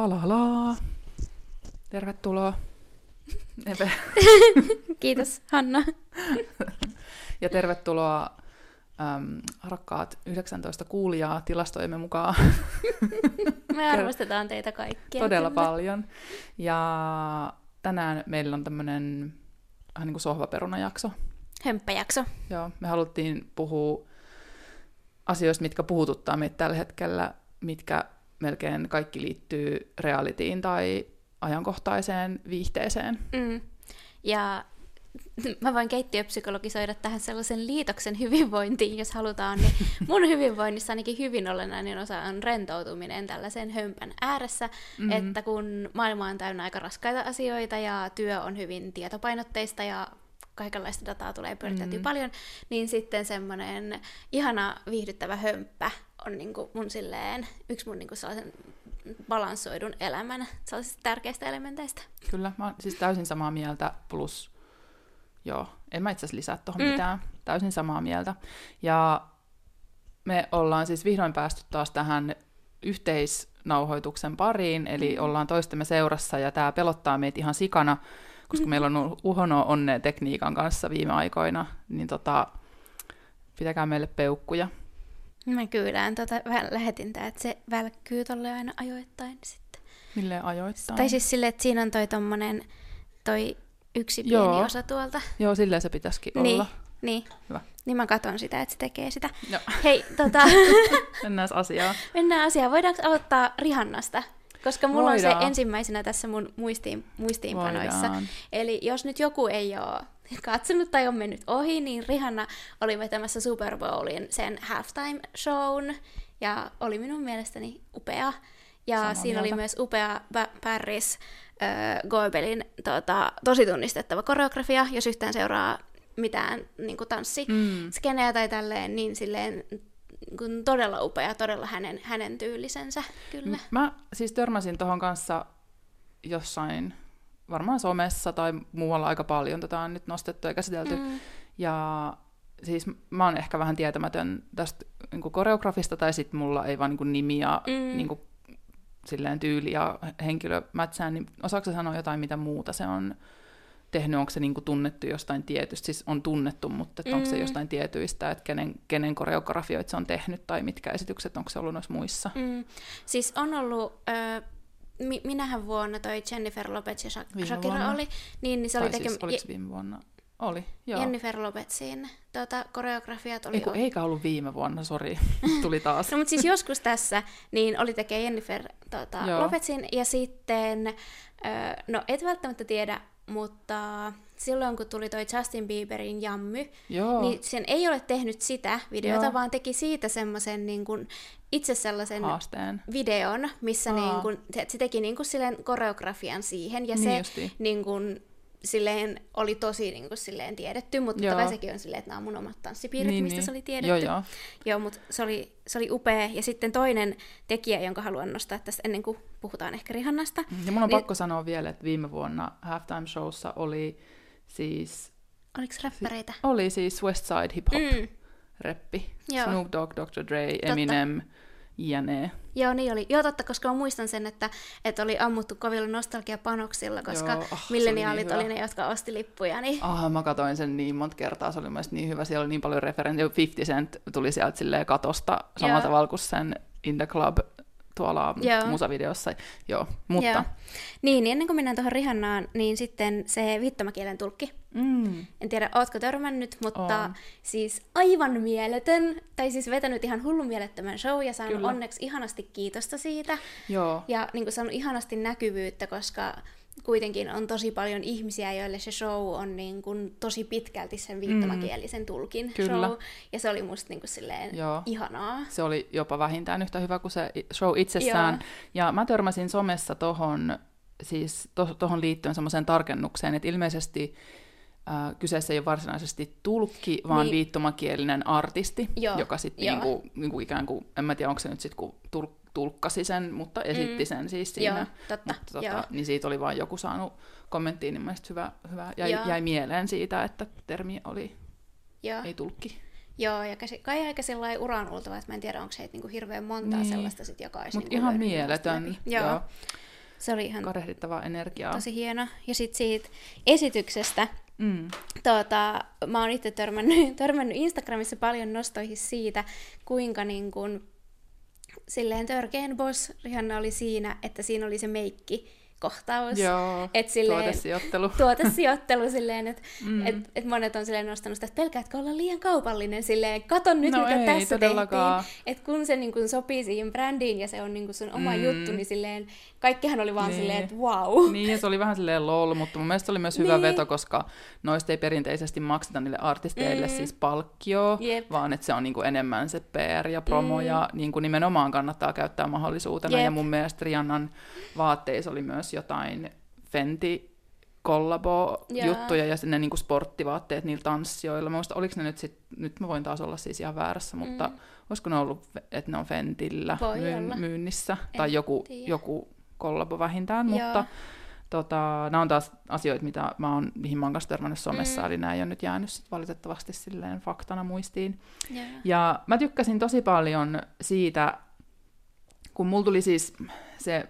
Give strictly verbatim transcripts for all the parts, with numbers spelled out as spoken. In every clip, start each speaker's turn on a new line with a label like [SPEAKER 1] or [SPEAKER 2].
[SPEAKER 1] La la la. Tervetuloa. Ebe.
[SPEAKER 2] Kiitos, Hanna.
[SPEAKER 1] Ja tervetuloa äm, rakkaat yhdeksäntoista kuulijaa tilastojemme mukaan.
[SPEAKER 2] Me arvostetaan teitä kaikkia.
[SPEAKER 1] Todella
[SPEAKER 2] kyllä.
[SPEAKER 1] paljon. Ja tänään meillä on tämmöinen vähän niin kuin sohvaperunajakso.
[SPEAKER 2] Hömppäjakso.
[SPEAKER 1] Joo, me haluttiin puhua asioista, mitkä puhututtaa meitä tällä hetkellä, mitkä melkein kaikki liittyy realityin tai ajankohtaiseen viihteeseen.
[SPEAKER 2] Mm. Ja mä voin keittiöpsykologisoida tähän sellaisen liitoksen hyvinvointiin, jos halutaan. Niin mun hyvinvoinnissa ainakin hyvin olennainen osa on rentoutuminen tällaisen hömpän ääressä, mm-hmm. että kun maailma on täynnä aika raskaita asioita ja työ on hyvin tietopainotteista ja kaikenlaista dataa tulee pyöritettyä mm-hmm. paljon, niin sitten semmoinen ihana viihdyttävä hömppä on niinku mun silleen, yksi mun niinku sellaisen balanssoidun elämän sellaisista tärkeistä elementeistä.
[SPEAKER 1] Kyllä, mä oon siis täysin samaa mieltä, plus joo, en mä itse asiassa lisää tuohon mm. mitään, täysin samaa mieltä. Ja me ollaan siis vihdoin päästy taas tähän yhteisnauhoituksen pariin, eli mm. ollaan toistemme seurassa, ja tää pelottaa meitä ihan sikana, koska mm. meillä on ollut uhono onne tekniikan kanssa viime aikoina, niin tota, pitäkää meille peukkuja.
[SPEAKER 2] Mä kyydään tota lähetintä, että se välkkyy tolle aina ajoittain sitten.
[SPEAKER 1] Milleen ajoittain?
[SPEAKER 2] Tai siis silleen, että siinä on toi tommonen, toi yksi pieni
[SPEAKER 1] Joo.
[SPEAKER 2] osa tuolta.
[SPEAKER 1] Joo, silleen se pitäisikin
[SPEAKER 2] niin,
[SPEAKER 1] olla.
[SPEAKER 2] Niin,
[SPEAKER 1] hyvä.
[SPEAKER 2] Niin mä katon sitä, että se tekee sitä.
[SPEAKER 1] No.
[SPEAKER 2] Hei, tota...
[SPEAKER 1] Mennään asiaan.
[SPEAKER 2] Mennään asiaan. Voidaanko aloittaa Rihannasta? Koska mulla
[SPEAKER 1] Voidaan.
[SPEAKER 2] on se ensimmäisenä tässä mun muistiin, muistiinpanoissa.
[SPEAKER 1] Voidaan.
[SPEAKER 2] Eli jos nyt joku ei ole katsonut tai on mennyt ohi, niin Rihanna oli vetämässä Super Bowlin sen halftime shown, ja oli minun mielestäni upea. Ja
[SPEAKER 1] Samaa
[SPEAKER 2] siinä
[SPEAKER 1] mieltä.
[SPEAKER 2] oli myös upea ba- Paris äh, Goebelin tota, tosi tunnistettava koreografia, jos yhtään seuraa mitään niin kuin tanssiskeneä mm. tai tälleen, niin silleen kun todella upea, todella hänen, hänen tyylisensä, kyllä.
[SPEAKER 1] Mä siis törmäsin tohon kanssa jossain, varmaan somessa tai muualla aika paljon, tätä on nyt nostettu ja käsitelty. Mm. Ja siis mä oon ehkä vähän tietämätön tästä niin kuin koreografista, tai sit mulla ei vaan niin kuin nimi ja mm. niin kuin, silleen tyyli ja henkilö mätsää, niin osaatko sä sanoa jotain, mitä muuta se on tehnyt, onko se niinku tunnettu jostain tietystä, siis on tunnettu, mutta mm. onko se jostain tietyistä, että kenen, kenen koreografioita se on tehnyt, tai mitkä esitykset, onko se ollut noissa muissa?
[SPEAKER 2] Mm. Siis on ollut, äh, mi- minähän vuonna toi Jennifer Lopez ja Sha- Shakira vuonna. oli, niin, niin se
[SPEAKER 1] tai
[SPEAKER 2] oli
[SPEAKER 1] siis,
[SPEAKER 2] tekemä...
[SPEAKER 1] oliko viime vuonna? Oli, joo.
[SPEAKER 2] Jennifer Lopezin tuota, koreografiat oli...
[SPEAKER 1] Eiku, eikä ollut viime vuonna, sori, tuli taas.
[SPEAKER 2] No, mutta siis joskus tässä, niin oli tekee Jennifer tuota, Lopezin, ja sitten, äh, no et välttämättä tiedä, mutta silloin kun tuli toi Justin Bieberin Jammy,
[SPEAKER 1] Joo.
[SPEAKER 2] niin sen ei ole tehnyt sitä videota,
[SPEAKER 1] Joo.
[SPEAKER 2] vaan teki siitä semmoisen niin kuin, itse sellaisen
[SPEAKER 1] haasteen
[SPEAKER 2] videon, missä
[SPEAKER 1] Aa.
[SPEAKER 2] niin kuin, se, se teki niin kuin silleen koreografian siihen, ja
[SPEAKER 1] niin
[SPEAKER 2] se
[SPEAKER 1] justiin.
[SPEAKER 2] niin kuin, silleen oli tosi niin kuin, silleen tiedetty, mutta totta kai sekin on silleen, että nämä on mun omat tanssipiirit,
[SPEAKER 1] niin,
[SPEAKER 2] mistä
[SPEAKER 1] niin.
[SPEAKER 2] se oli tiedetty.
[SPEAKER 1] Joo, joo.
[SPEAKER 2] Joo, mutta se oli, se oli upea. Ja sitten toinen tekijä, jonka haluan nostaa tästä ennen kuin puhutaan ehkä Rihannasta.
[SPEAKER 1] Ja mun on
[SPEAKER 2] niin...
[SPEAKER 1] pakko sanoa vielä, että viime vuonna Halftime Showssa oli siis...
[SPEAKER 2] Oliko räppäreitä?
[SPEAKER 1] Oli siis Westside Hip Hop
[SPEAKER 2] Mm.
[SPEAKER 1] reppi.
[SPEAKER 2] Joo.
[SPEAKER 1] Snoop Dogg, doktor Dre, Eminem, jne.
[SPEAKER 2] Joo, niin oli. Joo, totta, koska mä muistan sen, että, että oli ammuttu kovilla nostalgiapanoksilla, koska
[SPEAKER 1] Joo, oh,
[SPEAKER 2] milleniaalit
[SPEAKER 1] oli,
[SPEAKER 2] oli,
[SPEAKER 1] niin
[SPEAKER 2] oli ne, jotka osti lippuja. Niin...
[SPEAKER 1] Ah, mä katsoin sen niin monta kertaa, se oli mielestäni niin hyvä. Siellä oli niin paljon referenssiä. fifty Cent tuli sieltä silleen katosta samalla
[SPEAKER 2] Joo.
[SPEAKER 1] tavalla kuin sen In the Club tuolla Joo. musavideossa. Joo, mutta...
[SPEAKER 2] Joo. Niin, niin ennen kuin mennään tuohon Rihannaan, niin sitten se viittomakielen tulkki.
[SPEAKER 1] Mm.
[SPEAKER 2] En tiedä, ootko törmännyt, mutta
[SPEAKER 1] On.
[SPEAKER 2] siis aivan mieletön, tai siis vetänyt ihan hullun mielettömän show ja saanut
[SPEAKER 1] Kyllä.
[SPEAKER 2] onneksi ihanasti kiitosta siitä.
[SPEAKER 1] Joo.
[SPEAKER 2] Ja niin kuin saanut ihanasti näkyvyyttä, koska kuitenkin on tosi paljon ihmisiä, joille se show on niin kuin tosi pitkälti sen viittomakielisen tulkin
[SPEAKER 1] Kyllä.
[SPEAKER 2] show. Ja se oli musta niin kuin silleen
[SPEAKER 1] Joo.
[SPEAKER 2] ihanaa.
[SPEAKER 1] Se oli jopa vähintään yhtä hyvä kuin se show itsessään. Joo. Ja mä törmäsin somessa tohon, siis to, tohon liittyen semmoiseen tarkennukseen, että ilmeisesti äh, kyseessä ei ole varsinaisesti tulkki, vaan niin. viittomakielinen artisti, Joo. joka sitten niinku, niinku ikään kuin, en mä tiedä onko se nyt sitten kun tul, tulkkasi sen, mutta esitti mm. sen siis siinä.
[SPEAKER 2] Joo, totta.
[SPEAKER 1] Mutta, tota, niin siitä oli vaan joku saanut kommenttiin, niin mielestäni hyvä, hyvä. Jäi, jäi mieleen siitä, että termi oli Joo. ei tulkki.
[SPEAKER 2] Joo, ja kai aika sellainen uran oltava, että mä en tiedä, onko heitä niinku hirveän montaa niin. sellaista, sit, joka olisi...
[SPEAKER 1] Mutta
[SPEAKER 2] niinku
[SPEAKER 1] ihan mieletön.
[SPEAKER 2] Joo.
[SPEAKER 1] Joo.
[SPEAKER 2] Se oli ihan
[SPEAKER 1] kadehdittavaa energiaa.
[SPEAKER 2] Tosi hieno. Ja sitten siitä esityksestä,
[SPEAKER 1] Mm.
[SPEAKER 2] tuota, mä oon itse törmännyt, törmännyt Instagramissa paljon nostoihin siitä, kuinka niin kun, silleen törkeän boss Rihanna oli siinä, että siinä oli se meikki kohtaus.
[SPEAKER 1] Joo,
[SPEAKER 2] et silleen,
[SPEAKER 1] tuotesijoittelu.
[SPEAKER 2] Tuotesijoittelu silleen, että
[SPEAKER 1] Mm.
[SPEAKER 2] et, et monet on silleen nostanut sitä, että pelkäätkö olla liian kaupallinen silleen, kato nyt
[SPEAKER 1] No
[SPEAKER 2] mitä
[SPEAKER 1] ei,
[SPEAKER 2] tässä
[SPEAKER 1] todellakaan.
[SPEAKER 2] tehtiin. Että kun se niin kun sopii siihen brändiin ja se on niin kun sun oma
[SPEAKER 1] Mm.
[SPEAKER 2] juttu, niin silleen kaikkihan oli vaan
[SPEAKER 1] Niin.
[SPEAKER 2] silleen, että wow.
[SPEAKER 1] Niin, ja se oli vähän silleen lol, mutta mun mielestä se oli myös hyvä
[SPEAKER 2] Niin.
[SPEAKER 1] veto, koska noista ei perinteisesti makseta niille artisteille
[SPEAKER 2] Mm.
[SPEAKER 1] siis palkkio,
[SPEAKER 2] Jep.
[SPEAKER 1] vaan että se on niinku enemmän se P R ja promo,
[SPEAKER 2] Mm.
[SPEAKER 1] ja niinku nimenomaan kannattaa käyttää mahdollisuutena.
[SPEAKER 2] Jep.
[SPEAKER 1] Ja mun mielestä Rihannan vaatteissa oli myös jotain Fenty kollabo-juttuja ja ne niinku sporttivaatteet niillä tanssijoilla. Mä muistan, oliko ne nyt sit, nyt mä voin taas olla siis ihan väärässä, mutta
[SPEAKER 2] Mm.
[SPEAKER 1] olisiko ne ollut, että ne on Fentyllä
[SPEAKER 2] Voi
[SPEAKER 1] myyn-
[SPEAKER 2] olla.
[SPEAKER 1] myynnissä,
[SPEAKER 2] En
[SPEAKER 1] tai joku,
[SPEAKER 2] tiedä.
[SPEAKER 1] joku kollabo vähintään,
[SPEAKER 2] Joo.
[SPEAKER 1] mutta tota, nämä on taas asioita, mitä mä oon, mihin mä oon kanssa törmännyt somessa,
[SPEAKER 2] Mm.
[SPEAKER 1] eli nämä ei ole nyt jäänyt sit valitettavasti silleen faktana muistiin.
[SPEAKER 2] Yeah.
[SPEAKER 1] Ja mä tykkäsin tosi paljon siitä, kun mulla tuli siis se,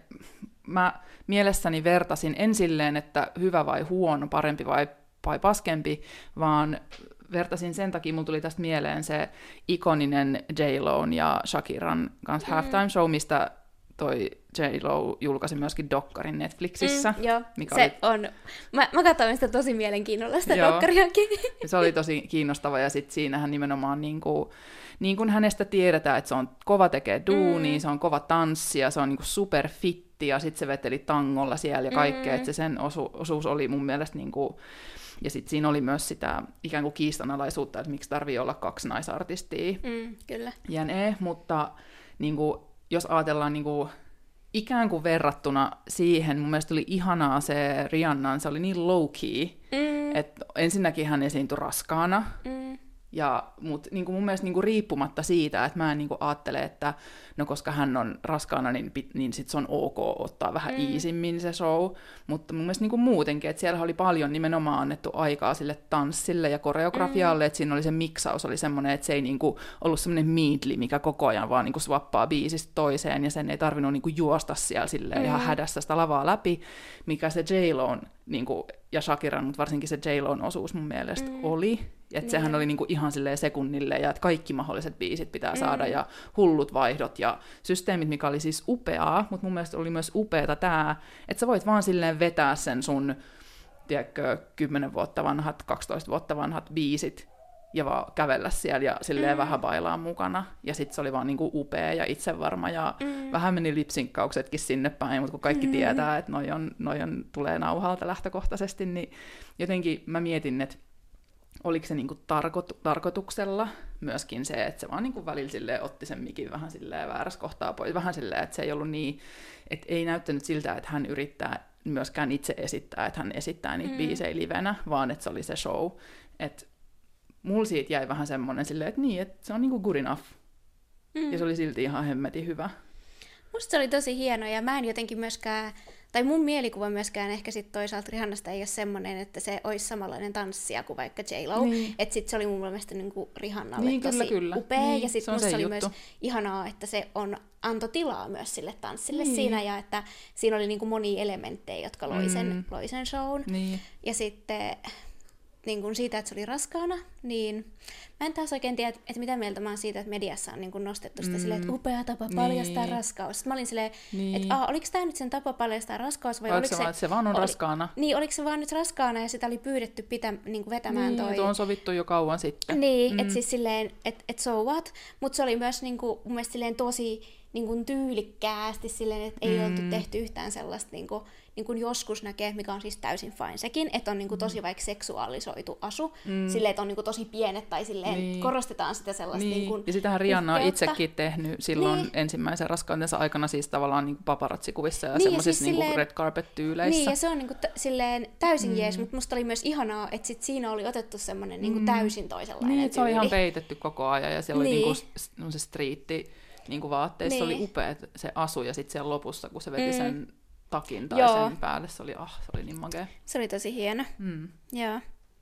[SPEAKER 1] mä mielessäni vertasin en silleen, että hyvä vai huono, parempi vai, vai paskempi, vaan vertasin sen takia, mulla tuli tästä mieleen se ikoninen J-Lon ja Shakiran kanssa
[SPEAKER 2] Mm.
[SPEAKER 1] halftime show, mistä toi J-Lo julkaisi myöskin dokkarin Netflixissä.
[SPEAKER 2] Mm, joo,
[SPEAKER 1] mikä
[SPEAKER 2] se
[SPEAKER 1] oli...
[SPEAKER 2] on. Mä, mä katsoin sitä tosi mielenkiinnolla, sitä
[SPEAKER 1] Joo.
[SPEAKER 2] dokkariakin.
[SPEAKER 1] Se oli tosi kiinnostava, ja sitten siinähän nimenomaan niin kuin, niin kuin hänestä tiedetään, että se on kova tekee duunia, mm. se on kova tanssia, se on niin kuin superfitti, ja sitten se veteli tangolla siellä ja kaikkea, mm. että se sen osu, osuus oli mun mielestä, niin kuin, ja sitten siinä oli myös sitä ikään kuin kiistanalaisuutta, että miksi tarvii olla kaksi naisartistia,
[SPEAKER 2] Mm, kyllä.
[SPEAKER 1] jne, mutta niin kuin, jos ajatellaan niin kuin, ikään kuin verrattuna siihen, mun mielestä oli ihanaa se Rihannan, se oli niin low-key,
[SPEAKER 2] Mm,
[SPEAKER 1] että ensinnäkin hän esiintyi raskaana,
[SPEAKER 2] mm,
[SPEAKER 1] ja, mutta niin kuin mun mielestä niin kuin riippumatta siitä, että mä en niin kuin ajattele, että no koska hän on raskaana, niin, niin sit se on ok ottaa vähän
[SPEAKER 2] Mm.
[SPEAKER 1] easimmin se show, mutta mun mielestä niin kuin muutenkin, että siellä oli paljon nimenomaan annettu aikaa sille tanssille ja koreografialle, mm. että siinä oli se miksaus, oli semmoinen, että se ei niin kuin ollut semmoinen meetli, mikä koko ajan vaan niin kuin swappaa biisistä toiseen, ja sen ei tarvinnut niin kuin juosta siellä silleen mm. ihan hädässä sitä lavaa läpi, mikä se J-Lon niin kuin, ja Shakiran, mutta varsinkin se J-Lon osuus mun mielestä mm. oli. Että niin. Sehän oli niinku ihan silleen sekunnille, ja että kaikki mahdolliset biisit pitää mm. saada, ja hullut vaihdot ja systeemit, mikä oli siis upeaa, mutta mun mielestä oli myös upeata tämä, että sä voit vaan silleen vetää sen sun, tiedätkö, kymmenen vuotta vanhat, kaksitoista vuotta vanhat biisit, ja vaan kävellä siellä ja silleen mm. vähän bailaa mukana. Ja sitten se oli vaan niinku upea ja itsevarma, ja mm. vähän meni lipsinkkauksetkin sinne päin, mutta kun kaikki mm. tietää, että noi, on, noi on, tulee nauhalta lähtökohtaisesti, niin jotenkin mä mietin, että oliko se niinku tarko- tarkoituksella myöskin se, että se vaan niinku välillä silleen otti sen mikin vähän silleen väärässä kohtaa pois. Vähän silleen, että se ei ollut niin, että ei näyttänyt siltä, että hän yrittää myöskään itse esittää, että hän esittää niitä mm. biisejä livenä, vaan että se oli se show. Että mulla siitä jäi vähän semmoinen silleen, että niin, että se on niinku good enough. Mm. Ja se oli silti ihan hemmetin hyvä.
[SPEAKER 2] Musta se oli tosi hieno, ja mä en jotenkin myöskään, tai mun mielikuva myöskään ehkä sit toisaalta Rihannasta ei ole semmoinen, että se olisi samanlainen tanssija kuin vaikka J-Lo. Niin. Että sit se oli mun mielestä niinku Rihannalle
[SPEAKER 1] niin,
[SPEAKER 2] tosi
[SPEAKER 1] kyllä, kyllä.
[SPEAKER 2] upea,
[SPEAKER 1] niin,
[SPEAKER 2] ja sit musta se oli
[SPEAKER 1] juttu.
[SPEAKER 2] myös ihanaa, että se on, antoi tilaa myös sille tanssille
[SPEAKER 1] niin.
[SPEAKER 2] siinä, ja että siinä oli niinku monia elementtejä, jotka loi sen,
[SPEAKER 1] mm.
[SPEAKER 2] loi sen shown.
[SPEAKER 1] Niin.
[SPEAKER 2] Ja sitten niin kuin siitä, että se oli raskaana, niin mä en taas oikein tiedä, että, että mitä mieltä mä oon siitä, että mediassa on niin kuin nostettu sitä mm. silleen, että upea tapa paljastaa niin. raskaus. Sitten mä olin silleen, niin. että ah, oliko tämä nyt sen tapa paljastaa raskaus, vai
[SPEAKER 1] oliko
[SPEAKER 2] oliko
[SPEAKER 1] se,
[SPEAKER 2] se,
[SPEAKER 1] se vaan on
[SPEAKER 2] oli,
[SPEAKER 1] raskaana?
[SPEAKER 2] Niin, oliko se vaan nyt raskaana, ja sitä oli pyydetty pitä, niin kuin vetämään
[SPEAKER 1] niin,
[SPEAKER 2] toi...
[SPEAKER 1] Niin, on sovittu jo kauan sitten.
[SPEAKER 2] Niin,
[SPEAKER 1] mm.
[SPEAKER 2] että siis silleen, että et so what, mutta se oli myös niin kuin, mun mielestä silleen tosi niin kuin tyylikkäästi silleen, että ei mm. oltu tehty yhtään sellaista, niin kuin, niin kuin joskus näkee, mikä on siis täysin fine sekin, että on niin kuin tosi vaikka seksuaalisoitu asu, mm. silleen, että on niin kuin tosi pienet tai silleen niin. korostetaan sitä sellaista niin. Niin kuin
[SPEAKER 1] ja sitähän Rihanna on
[SPEAKER 2] uhkeutta.
[SPEAKER 1] itsekin tehnyt silloin niin. ensimmäisen raskautensa aikana siis tavallaan niin kuin paparazzi-kuvissa ja
[SPEAKER 2] niin,
[SPEAKER 1] semmoisissa
[SPEAKER 2] siis
[SPEAKER 1] niin kuin red carpet-tyyleissä.
[SPEAKER 2] Niin, ja se on niin kuin t- silleen täysin mm. jees, mutta musta oli myös ihanaa, että sit siinä oli otettu semmoinen mm. niin kuin täysin toisenlainen
[SPEAKER 1] niin,
[SPEAKER 2] tyyli.
[SPEAKER 1] se oli ihan peitetty koko ajan, ja siellä
[SPEAKER 2] niin.
[SPEAKER 1] oli niin kuin se striitti niin kuin vaatteissa, niin. oli upea se asu, ja sitten siellä lopussa, kun se veti mm. sen takin tai Joo. sen päälle, se oli, ah, se oli niin makea.
[SPEAKER 2] Se oli tosi hieno.
[SPEAKER 1] Mm.
[SPEAKER 2] Joo.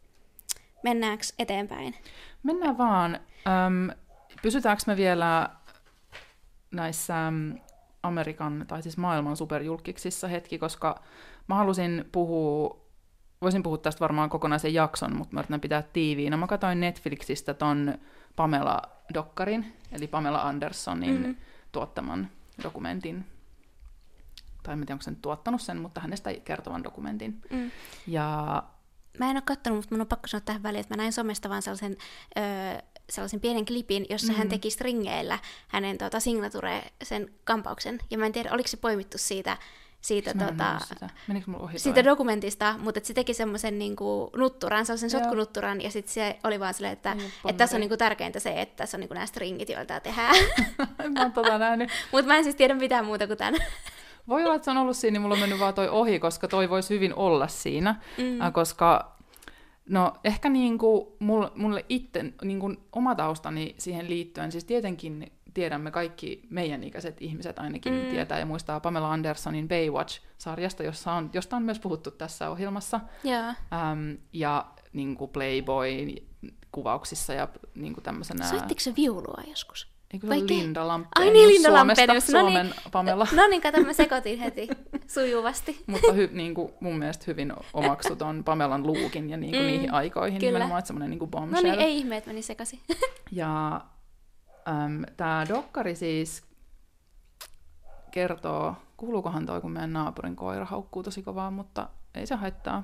[SPEAKER 2] Mennäänkö eteenpäin?
[SPEAKER 1] Mennään vaan. Öm, pysytäänkö me vielä näissä Amerikan, tai siis maailman superjulkiksissa hetki, koska mä halusin puhua, voisin puhua tästä varmaan kokonaisen jakson, mutta mä yritän pitää tiiviinä. Mä katsoin Netflixistä ton Pamela-dokkarin, eli Pamela Andersonin mm-hmm. tuottaman dokumentin, tai en tiedä, onko se nyt tuottanut sen, mutta hänestä kertovan dokumentin. Mm. Ja
[SPEAKER 2] mä en ole katsonut, mutta mun on pakko sanoa tähän väliin, että mä näin somesta vaan sellaisen, öö, sellaisen pienen klipin, jossa mm-hmm. hän teki stringeillä hänen tuota, signature, sen kampauksen. Ja mä en tiedä, oliko se poimittu siitä, siitä, tuota, siitä dokumentista, mutta se teki semmoisen niinku, nutturan, sellaisen
[SPEAKER 1] Joo.
[SPEAKER 2] sotkunutturan, ja sitten se oli vaan silleen, että, että tässä on niinku, tärkeintä se, että tässä on niinku, nämä stringit, joilta tehdään.
[SPEAKER 1] Mä oon tota nähnyt.
[SPEAKER 2] Mutta mä en siis tiedä mitään muuta kuin tämän.
[SPEAKER 1] Voi olla, että se on ollut siinä, niin mulla on mennyt vaan toi ohi, koska toi voisi hyvin olla siinä, mm. äh, koska no ehkä niinku mulle, mulle itse niinku oma taustani siihen liittyen, siis tietenkin tiedämme kaikki meidän ikäiset ihmiset ainakin mm. tietää ja muistaa Pamela Andersonin Baywatch-sarjasta, jossa on, josta on myös puhuttu tässä ohjelmassa.
[SPEAKER 2] Yeah.
[SPEAKER 1] Ähm, ja niinku Playboy-kuvauksissa ja niinku tämmöisenä.
[SPEAKER 2] Soittiko se viulua joskus?
[SPEAKER 1] Eikö se ole Linda Lampenius?
[SPEAKER 2] Ai niin, Linda
[SPEAKER 1] Suomesta,
[SPEAKER 2] Lampenius.
[SPEAKER 1] Suomen
[SPEAKER 2] no niin,
[SPEAKER 1] Pamela.
[SPEAKER 2] No niin, kato, mä sekoitin heti sujuvasti.
[SPEAKER 1] Mutta hy, niin kuin, mun mielestä hyvin omaksuton Pamelan lookin ja niin kuin, mm, niihin aikoihin.
[SPEAKER 2] Kyllä.
[SPEAKER 1] Nimenomaan, että semmoinen niin bombshell.
[SPEAKER 2] No niin, ei ihme, että meni sekaisin.
[SPEAKER 1] Ja äm, tää dokkari siis kertoo, kuuluukohan toi, kun meidän naapurin koira haukkuu tosi kovaa, mutta ei se haittaa.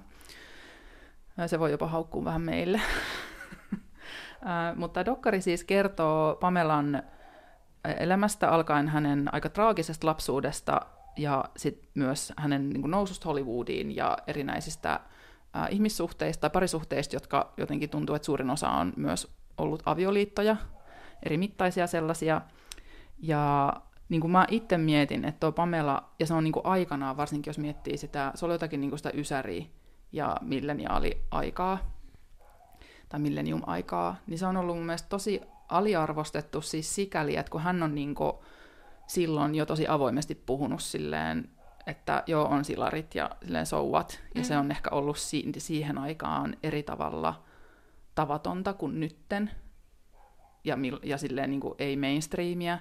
[SPEAKER 1] Se voi jopa haukkua vähän meille. Äh, mutta dokkari siis kertoo Pamelan elämästä alkaen hänen aika traagisesta lapsuudesta ja sitten myös hänen niin kuin, noususta Hollywoodiin ja erinäisistä äh, ihmissuhteista tai parisuhteista, jotka jotenkin tuntuu, että suurin osa on myös ollut avioliittoja, eri mittaisia sellaisia. Ja niin kuin mä itse mietin, että tuo Pamela, ja se on niin kuin aikanaan, varsinkin jos miettii sitä, se oli jotakin niin kuin sitä ysäriä ja milleniaali-aikaa, tai millennium-aikaa, niin se on ollut mun mielestä tosi aliarvostettu siis sikäli, että kun hän on niinku silloin jo tosi avoimesti puhunut silleen, että joo, on silarit ja silleen so what, ja mm. se on ehkä ollut si- siihen aikaan eri tavalla tavatonta kuin nytten, ja, mil- ja silleen niinku ei mainstreamia,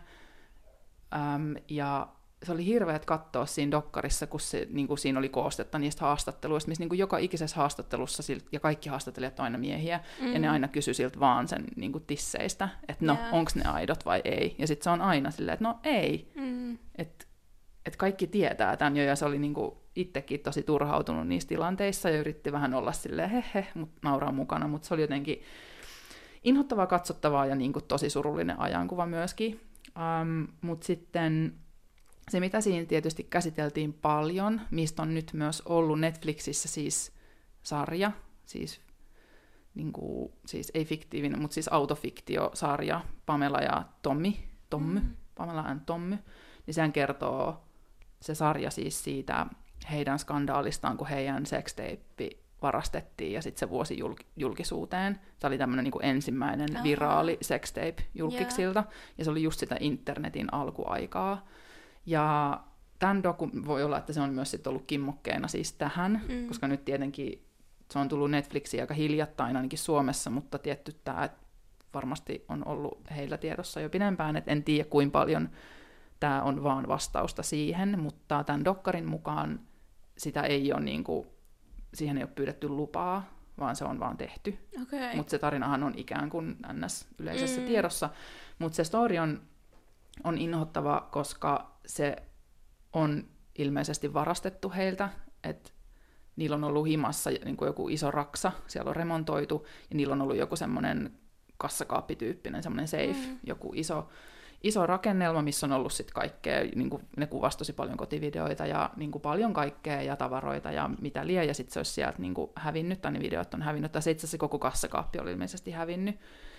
[SPEAKER 1] Äm, ja se oli hirveät katsoa siinä dokkarissa, kun se, niin kuin siinä oli koostetta niistä haastatteluista, missä niin kuin joka ikisessä haastattelussa, ja kaikki haastattelijat on aina miehiä, mm. ja ne aina kysy siltä vaan sen niin kuin tisseistä, että no, yeah. onko ne aidot vai ei. Ja sitten se on aina silleen, että no ei. Mm. Että et kaikki tietää tämän jo, ja se oli niin kuin itsekin tosi turhautunut niissä tilanteissa, ja yritti vähän olla silleen he he, mutta nauraa mukana, mutta se oli jotenkin inhottavaa, katsottavaa, ja niin kuin tosi surullinen ajankuva myöskin. Um, mutta sitten se, mitä siinä tietysti käsiteltiin paljon, mistä on nyt myös ollut Netflixissä siis sarja, siis, niin kuin, siis ei fiktiivinen, mutta siis autofiktiosarja, Pamela ja Tommy, Tommy, mm. Pamela and Tommy, niin sehän kertoo se sarja siis siitä heidän skandaalistaan, kun heidän sextape varastettiin ja sitten se vuosi julk- julkisuuteen. Se oli tämmöinen niin kuin ensimmäinen viraali sextape julkiksilta, yeah. ja se oli just sitä internetin alkuaikaa. Ja tämän doku- voi olla, että se on myös sit ollut kimmokkeena siis tähän, mm. koska nyt tietenkin se on tullut Netflixiin aika hiljattain ainakin Suomessa, mutta tietty tämä varmasti on ollut heillä tiedossa jo pidempään, että en tiedä kuinka paljon tämä on vaan vastausta siihen, mutta tämän dokkarin mukaan sitä ei ole niin kuin, siihen ei ole pyydetty lupaa, vaan se on vaan tehty.
[SPEAKER 2] Okay.
[SPEAKER 1] Mutta se tarinahan on ikään kuin ns. Yleisessä mm. tiedossa, mutta se story on on inhottava, koska se on ilmeisesti varastettu heiltä, että niillä on ollut himassa niin kuin joku iso raksa, siellä on remontoitu, ja niillä on ollut joku semmoinen kassakaappityyppinen, semmoinen safe, mm. joku iso, iso rakennelma, missä on ollut sitten kaikkea, niin kuin ne kuvasi tosi paljon kotivideoita ja niin kuin paljon kaikkea ja tavaroita ja mitä liian, ja sitten se olisi sieltä niin kuin hävinnyt, tai ne videot on hävinnyt, tai se itse asiassa koko kassakaappi oli ilmeisesti hävinnyt.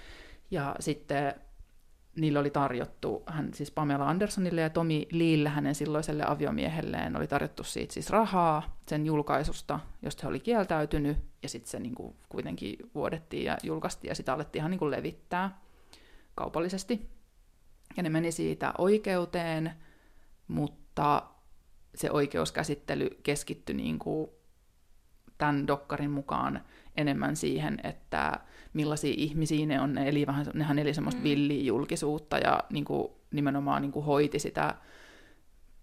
[SPEAKER 1] Ja sitten niille oli tarjottu, hän siis Pamela Andersonille ja Tommy Leelle, hänen silloiselle aviomiehelleen, oli tarjottu siitä siis rahaa sen julkaisusta, josta he oli kieltäytynyt, ja sitten se niin kuin kuitenkin vuodettiin ja julkaistiin, ja sitä alettiin ihan niin kuin levittää kaupallisesti. Ja ne meni siitä oikeuteen, mutta se oikeuskäsittely keskittyi niin kuin tämän dokkarin mukaan enemmän siihen, että millaisia ihmisiä ne on. Ne eli vähän, nehän eli semmoista mm. villiä julkisuutta ja niin kuin, nimenomaan niin kuin hoiti sitä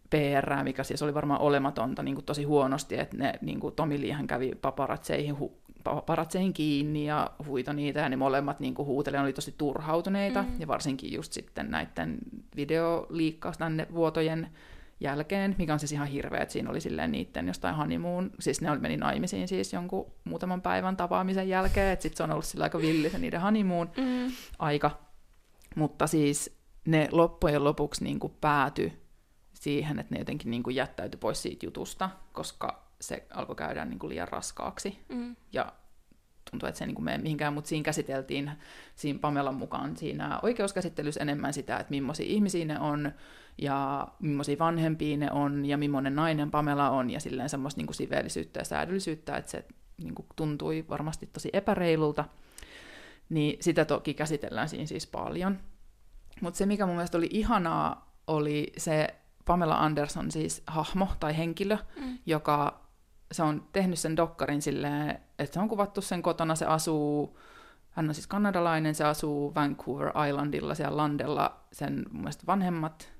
[SPEAKER 1] P R, mikä siis oli varmaan olematonta niin kuin tosi huonosti, että ne, niin kuin Tommy Leehän kävi paparatseihin, hu, paparatseihin kiinni ja huito niitä, ja ne molemmat niin kuin huutelivat, oli tosi turhautuneita, mm. ja varsinkin just sitten näiden videoliikkausten vuotojen jälkeen, mikä on siis ihan hirveä, että siinä oli silleen niitten jostain honeymoon, siis ne meni naimisiin siis jonkun muutaman päivän tapaamisen jälkeen, että sitten se on ollut sillä aika villi se niiden honeymoon mm. aika, mutta siis ne loppujen lopuksi niin kuin päätyi siihen, että ne jotenkin niin kuin jättäytyi pois siitä jutusta, koska se alkoi käydä niin kuin liian raskaaksi. Mm. Ja tuntuu, että se ei niin kuin mene mihinkään, mutta siinä käsiteltiin siinä Pamelan mukaan siinä oikeuskäsittelyssä enemmän sitä, että millaisia ihmisiä ne on, ja millaisia vanhempia ne on, ja millainen nainen Pamela on, ja silleen semmoista niin kuin siveellisyyttä ja säädöllisyyttä, että se niin kuin tuntui varmasti tosi epäreilulta. Niin sitä toki käsitellään siinä siis paljon. Mutta se, mikä mun mielestä oli ihanaa, oli se Pamela Anderson siis hahmo tai henkilö, mm. joka se on tehnyt sen dokkarin silleen, että se on kuvattu sen kotona, se asuu, hän on siis kanadalainen, se asuu Vancouver Islandilla, siellä landella, sen mun mielestä vanhemmat,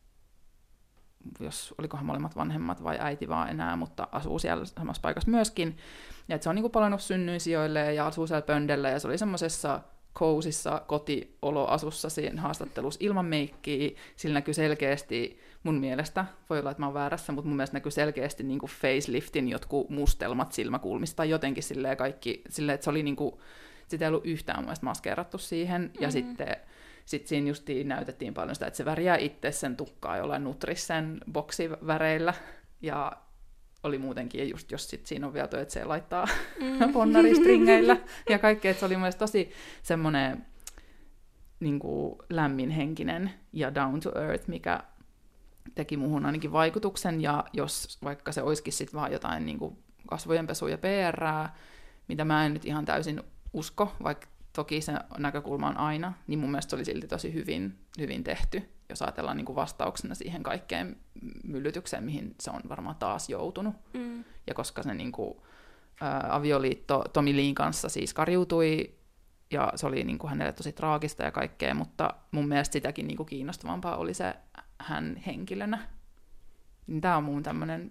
[SPEAKER 1] jos olikohan molemmat vanhemmat vai äiti vaan enää, mutta asuu siellä samassa paikassa myöskin, ja että se on niinku palannut synnyinsijoille ja asuu siellä pöndellä, ja se oli semmoisessa kousissa kotioloasussa siinä haastattelussa ilman meikkiä. Sillä näkyy selkeästi, mun mielestä, voi olla, että mä oon väärässä, mutta mun mielestä näkyy selkeästi niin kuin faceliftin jotkut mustelmat silmäkulmista tai jotenkin silleen kaikki, silleen, että se oli niin kuin, sitä ei ollut yhtään mun mielestä maskeerattu siihen. Mm-hmm. Ja sitten sit siinä justiin näytettiin paljon sitä, että se värjää itse sen tukkaa jollain Nutrissen boksiväreillä. Ja oli muutenkin, just jos sit siinä on vielä toi, että se laittaa mm. ponnaristringeillä ja kaikkea, että se oli mun mielestä tosi semmoinen niin kuin lämminhenkinen ja down to earth, mikä teki muuhun ainakin vaikutuksen, ja jos vaikka se olisikin sitten vaan jotain niin kuin kasvojenpesua ja P R:ää, mitä mä en nyt ihan täysin usko, vaikka toki se näkökulma on aina, niin mun mielestä se oli silti tosi hyvin, hyvin tehty, jos ajatellaan niin kuin vastauksena siihen kaikkeen myllytykseen, mihin se on varmaan taas joutunut. Mm. Ja koska se niin kuin, ä, avioliitto Tommy Leen kanssa siis karjuutui, ja se oli niin kuin hänelle tosi traagista ja kaikkea, mutta mun mielestä sitäkin niin kuin kiinnostavampaa oli se hän henkilönä. Niin tää on mun tämmönen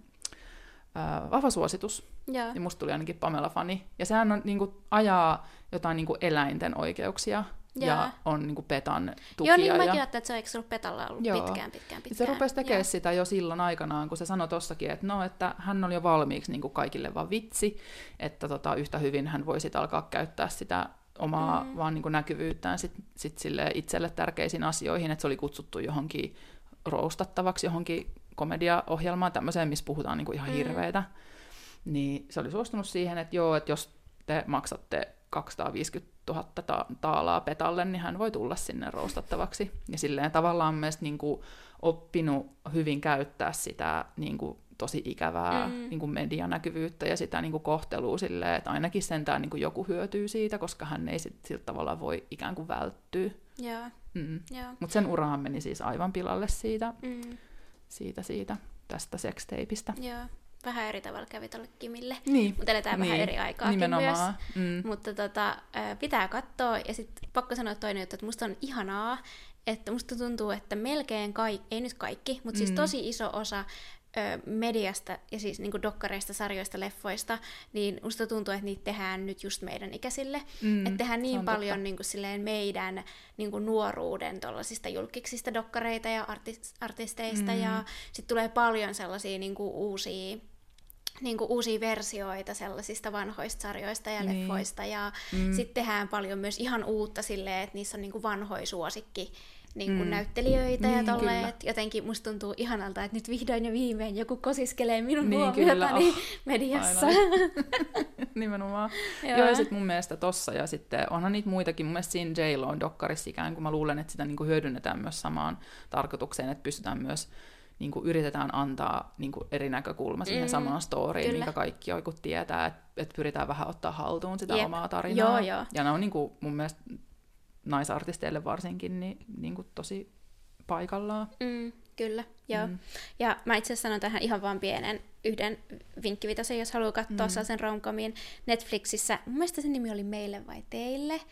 [SPEAKER 1] ä, vahva suositus. Yeah. Ja musta tuli ainakin Pamela-fani. Ja sehän on, niin kuin, ajaa jotain niin kuin eläinten oikeuksia. Yeah. Ja on niin kuin Petan tukia.
[SPEAKER 2] Joo, niin mäkin
[SPEAKER 1] ja...
[SPEAKER 2] ajattelin, että se on eikö se ollut Petalla ollut Joo. pitkään, pitkään, pitkään.
[SPEAKER 1] Se rupesi tekemään yeah. sitä jo silloin aikanaan, kun se sanoi tossakin, että, no, että hän oli jo valmiiksi niin kuin kaikille vaan vitsi, että tota, yhtä hyvin hän voisi alkaa käyttää sitä omaa mm. vaan niin kuin näkyvyyttään sit, sit sille itselle tärkeisiin asioihin, että se oli kutsuttu johonkin roustattavaksi, johonkin komediaohjelmaan, tämmöiseen, missä puhutaan niin kuin ihan mm. hirveitä. Niin se oli suostunut siihen, että joo, että jos te maksatte kaksisataaviisikymmentätuhatta ta- taalaa Petalle, niin hän voi tulla sinne roustattavaksi. Ja silleen tavallaan myös niin kuin oppinut hyvin käyttää sitä niin kuin tosi ikävää mm. niin kuin medianäkyvyyttä ja sitä niin kuin kohtelua silleen, että ainakin sentään niin kuin joku hyötyy siitä, koska hän ei sit, sillä tavalla voi ikään kuin välttyä.
[SPEAKER 2] Yeah.
[SPEAKER 1] Mm. Yeah. Mutta sen urahan meni siis aivan pilalle siitä, mm. siitä, siitä tästä sextapeistä.
[SPEAKER 2] Yeah. Vähän eri tavalla kävi tuolle Kimille,
[SPEAKER 1] niin.
[SPEAKER 2] mutta eletään niin. vähän eri aikaakin
[SPEAKER 1] Nimenomaan.
[SPEAKER 2] myös.
[SPEAKER 1] Mm.
[SPEAKER 2] Mutta tota, pitää katsoa, ja sitten pakko sanoa toinen juttu, että musta on ihanaa, että musta tuntuu, että melkein kaikki, ei nyt kaikki, mutta mm. siis tosi iso osa mediasta ja siis niin kuin dokkareista, sarjoista, leffoista, niin musta tuntuu, että niitä tehdään nyt just meidän ikäisille. Mm, että tehdään niin paljon niin kuin silleen meidän niin kuin nuoruuden tollasista julkiksista dokkareita ja artis- artisteista, mm. ja sitten tulee paljon sellaisia niin kuin uusia niin kuin uusia versioita sellaisista vanhoista sarjoista ja niin. leffoista, ja mm. sitten tehdään paljon myös ihan uutta silleen, että niissä on niin kuin vanhoja suosikki niin kuin mm. näyttelijöitä niin, ja tolleen, että jotenkin musta tuntuu ihanalta, että nyt vihdoin ja viimein joku kosiskelee minun niin, huomiotani oh, mediassa.
[SPEAKER 1] Nimenomaan. Joo, Joo ja sitten mun mielestä tossa, ja sitten onhan niitä muitakin, mun mielestä siinä J-Lo dokkarissa ikään kuin mä luulen, että sitä niin kuin hyödynnetään myös samaan tarkoitukseen, että pystytään myös niin kuin yritetään antaa niin kuin eri näkökulma siihen mm, samaan storyin, minkä kaikki joikut tietää, että, että pyritään vähän ottaa haltuun sitä Jep. omaa tarinaa.
[SPEAKER 2] Joo, jo.
[SPEAKER 1] Ja ne on niin kuin, mun mielestä naisartisteille varsinkin niin, niin kuin tosi paikallaan.
[SPEAKER 2] Mm, kyllä, joo. Mm. Ja mä itse asiassa sanon tähän ihan vaan pienen yhden vinkkivitosen, jos haluaa katsoa mm. sen romcomin Netflixissä. Mun mielestä sen nimi oli Meille vai teille,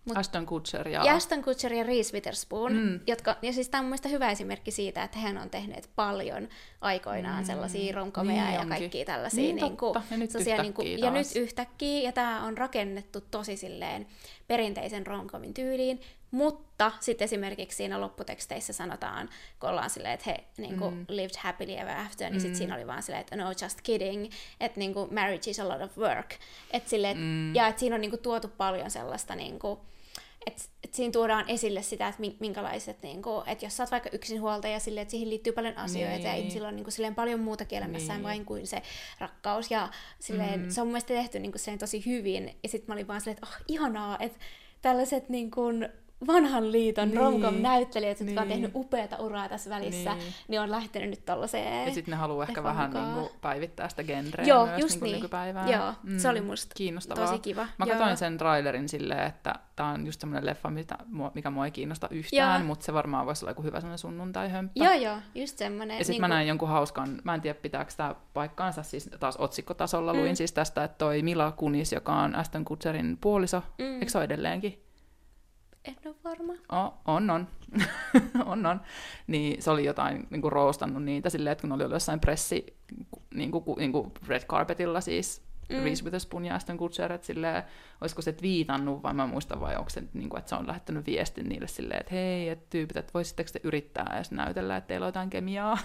[SPEAKER 1] Mut Ashton Kutcher ja...
[SPEAKER 2] ja Ashton Kutcher ja Reese Witherspoon, mm. jotka, ja siis tämä on mun mielestä hyvä esimerkki siitä, että he on tehneet paljon aikoinaan mm. sellaisia romkomeja niin ja onkin. Kaikkia tällaisia.
[SPEAKER 1] Niin,
[SPEAKER 2] niin kuin,
[SPEAKER 1] ja nyt yhtäkkiä
[SPEAKER 2] niin kuin, ja nyt yhtäkkiä, ja tämä on rakennettu tosi silleen perinteisen romkomin tyyliin, mutta sitten esimerkiksi siinä lopputeksteissä sanotaan, kun ollaan silleen, että he niin kuin, mm. lived happily ever after, niin mm. sitten siinä oli vaan silleen, että no just kidding, että niin kuin, marriage is a lot of work. Et silleen, mm. Ja että siinä on niin kuin, tuotu paljon sellaista, niin kuin, että et siinä tuodaan esille sitä, että minkälaiset, niin kuin, että jos sä oot vaikka yksinhuoltaja, silleen, että siihen liittyy paljon asioita, niin. ja ihmisillä on niin kuin, silleen, paljon muutakin elämässään niin. vain kuin se rakkaus, ja silleen, mm. se on mun mielestä tehty niin kuin, silleen, tosi hyvin, ja sitten mä olin vaan silleen, että oh, ihanaa, että tällaiset niin kuin, vanhan liiton niin. romcom-näyttelijät, jotka niin. on tehnyt upeata uraa tässä välissä, niin, niin on lähtenyt nyt tollaseen.
[SPEAKER 1] Ja sitten ne haluaa ehkä vähän niinku päivittää sitä genreä
[SPEAKER 2] Joo,
[SPEAKER 1] myös
[SPEAKER 2] just
[SPEAKER 1] niinku
[SPEAKER 2] niin.
[SPEAKER 1] nykypäivään.
[SPEAKER 2] Joo, mm. se oli musta tosi kiva.
[SPEAKER 1] Mä katsoin Joo. sen trailerin silleen, että tää on just semmoinen leffa, mikä mua ei kiinnosta yhtään, mutta se varmaan voisi olla joku hyvä semmoinen sunnuntai-hömppä.
[SPEAKER 2] Joo, joo, just semmoinen.
[SPEAKER 1] Ja sitten niin mä näin jonkun hauskan, mä en tiedä pitääkö tää paikkaansa, siis taas otsikkotasolla luin mm. siis tästä, että toi Mila Kunis, joka on Ashton Kutcherin puoliso, mm. eikö se ole edelleenkin?
[SPEAKER 2] En ole varma.
[SPEAKER 1] Oh, on, on. on, on. Niin se oli jotain niin kuin roostannut niitä silleen, että kun oli ollut jossain pressi, niin kuin, niin kuin red carpetilla siis, mm. Reese Witherspoon ja Ashton Kutcher, että silleen, olisiko se twiitannut, vai mä muistan, vai onko se, niin kuin, että se on lähettänyt viestin niille silleen, että hei, että tyypit, että voisitteko te yrittää edes näytellä, että teillä on jotain kemiaa.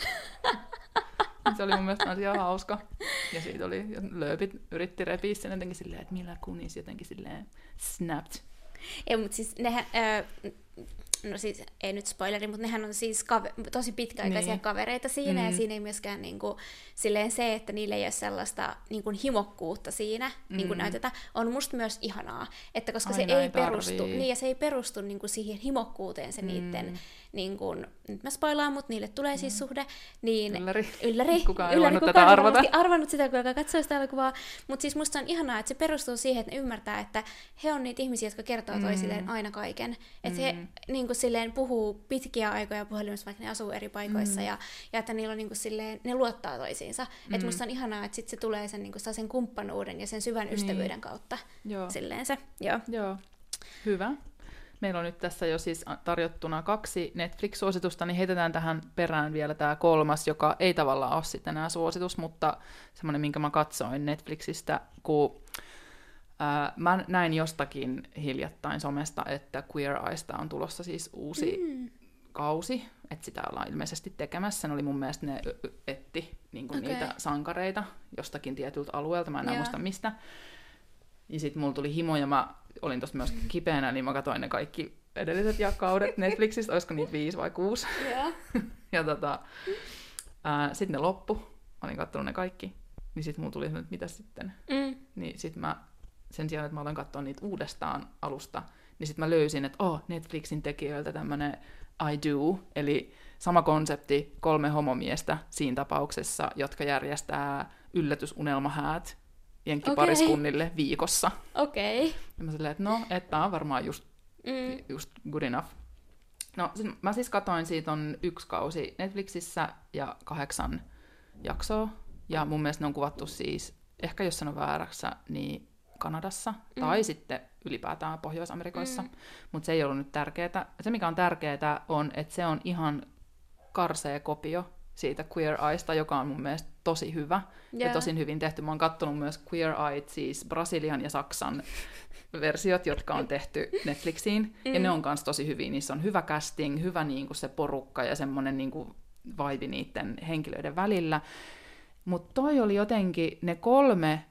[SPEAKER 1] Se oli mun mielestä ihan hauska. Ja siitä oli, lööpit yritti repiä sen jotenkin silleen, että Mila Kunis jotenkin silleen snapped.
[SPEAKER 2] Ei, mutta siis nehän, öö, no siis ei nyt spoileri, mutta nehän on siis kave- tosi pitkäaikaisia niin. kavereita siinä, mm. ja siinä ei myöskään niinku, silleen se, että niillä ei ole sellaista niinku, himokkuutta siinä mm. niinku, näytetä, on musta myös ihanaa, että koska Aina se ei, ei perustu, niin, ja se ei perustu niinku, siihen himokkuuteen se mm. niiden, niinku, nyt mä spoilaan, mutta niille tulee siis suhde, niin
[SPEAKER 1] ylläri,
[SPEAKER 2] ylläri
[SPEAKER 1] kukaan ei
[SPEAKER 2] ylläri,
[SPEAKER 1] voinut tätä arvata.
[SPEAKER 2] arvannut sitä, kun katsoo sitä elokuvaa, mutta siis musta on ihanaa, että se perustuu siihen, että ne ymmärtää, että he on niitä ihmisiä, jotka kertoo mm. toisilleen aina kaiken, että mm. he niinku, silleen puhuu pitkiä aikoja puhelimessa, vaikka ne asuu eri paikoissa, mm. ja, ja että niillä on niinku silleen, ne luottaa toisiinsa. Mm. Että musta on ihanaa, että sit se tulee sen, niinku, sen kumppanuuden ja sen syvän ystävyyden niin. kautta.
[SPEAKER 1] Joo.
[SPEAKER 2] Silleen se. Joo.
[SPEAKER 1] Joo. Hyvä. Meillä on nyt tässä jo siis tarjottuna kaksi Netflix-suositusta, niin heitetään tähän perään vielä tämä kolmas, joka ei tavallaan ole sitten enää suositus, mutta semmoinen, minkä mä katsoin Netflixistä, kun Äh, mä näin jostakin hiljattain somesta, että Queer Eyestä on tulossa siis uusi mm. kausi, että sitä ollaan ilmeisesti tekemässä. Ne oli mun mielestä ne etti niin kuin okay. niitä sankareita jostakin tietyltä alueelta, mä en enää muista mistä. Ja sit mulla tuli himo ja mä olin tossa myös kipeänä, niin mä katsoin ne kaikki edelliset jakaudet Netflixistä, olisiko niitä viisi vai kuusi. Yeah. ja tota, äh, sitten ne loppu, mä olin katsonut ne kaikki, niin sit mulla tuli että mitä sitten. Mm. Niin sit mä sen sijaan, että mä aloin katsoa niitä uudestaan alusta, niin sitten mä löysin, että oh, Netflixin tekijöiltä tämmönen I Do, eli sama konsepti, kolme homomiestä siinä tapauksessa, jotka järjestää yllätysunelmahäät jenkkipariskunnille okay. viikossa.
[SPEAKER 2] Okei. Okay.
[SPEAKER 1] Ja mä silleen, että no, että tää on varmaan just, mm. just good enough. No, sit, mä siis katoin, siitä on yksi kausi Netflixissä ja kahdeksan jaksoa, ja mun mielestä ne on kuvattu siis, ehkä jos sanon väärässä, niin Kanadassa, mm. tai sitten ylipäätään Pohjois-Amerikoissa, mm. mutta se ei ollut nyt tärkeää. Se, mikä on tärkeää, on, että se on ihan karsea kopio siitä Queer Eyesta, joka on mun mielestä tosi hyvä yeah. ja tosi hyvin tehty. Mä oon kattonut myös Queer Eyed, siis Brasilian ja Saksan versiot, jotka on tehty Netflixiin, mm. ja ne on myös tosi hyviä. Niissä on hyvä casting, hyvä niin kuin se porukka ja semmoinen niin kuin vibe niiden henkilöiden välillä. Mutta toi oli jotenkin, ne kolme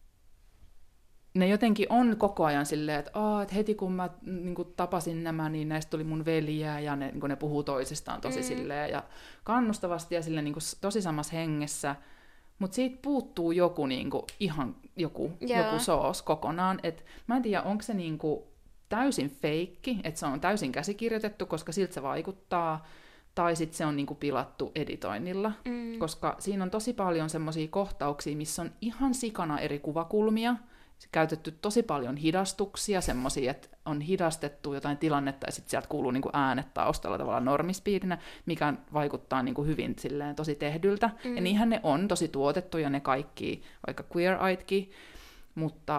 [SPEAKER 1] ne jotenkin on koko ajan silleen, että, oh, että heti kun mä niin kun tapasin nämä, niin näistä tuli mun veljiä, ja ne, niin ne puhuu toisistaan tosi mm. silleen, ja kannustavasti ja silleen, niin kun, tosi samassa hengessä. Mutta siitä puuttuu joku niin kun, ihan joku, joku soos kokonaan. Et, mä en tiedä, onko se niin kun, täysin feikki, että se on täysin käsikirjoitettu, koska siltä se vaikuttaa, tai sitten se on niin kun, pilattu editoinnilla, mm. koska siinä on tosi paljon semmoisia kohtauksia, missä on ihan sikana eri kuvakulmia, käytetty tosi paljon hidastuksia, semmoisia, että on hidastettu jotain tilannetta ja sitten sieltä kuuluu niinku äänet taustalla tavallaan normispiidinä, mikä vaikuttaa niinku hyvin silleen tosi tehdyltä. Mm. Ja niinhän ne on tosi tuotettuja ne kaikki, vaikka Queer Eyedkin, mutta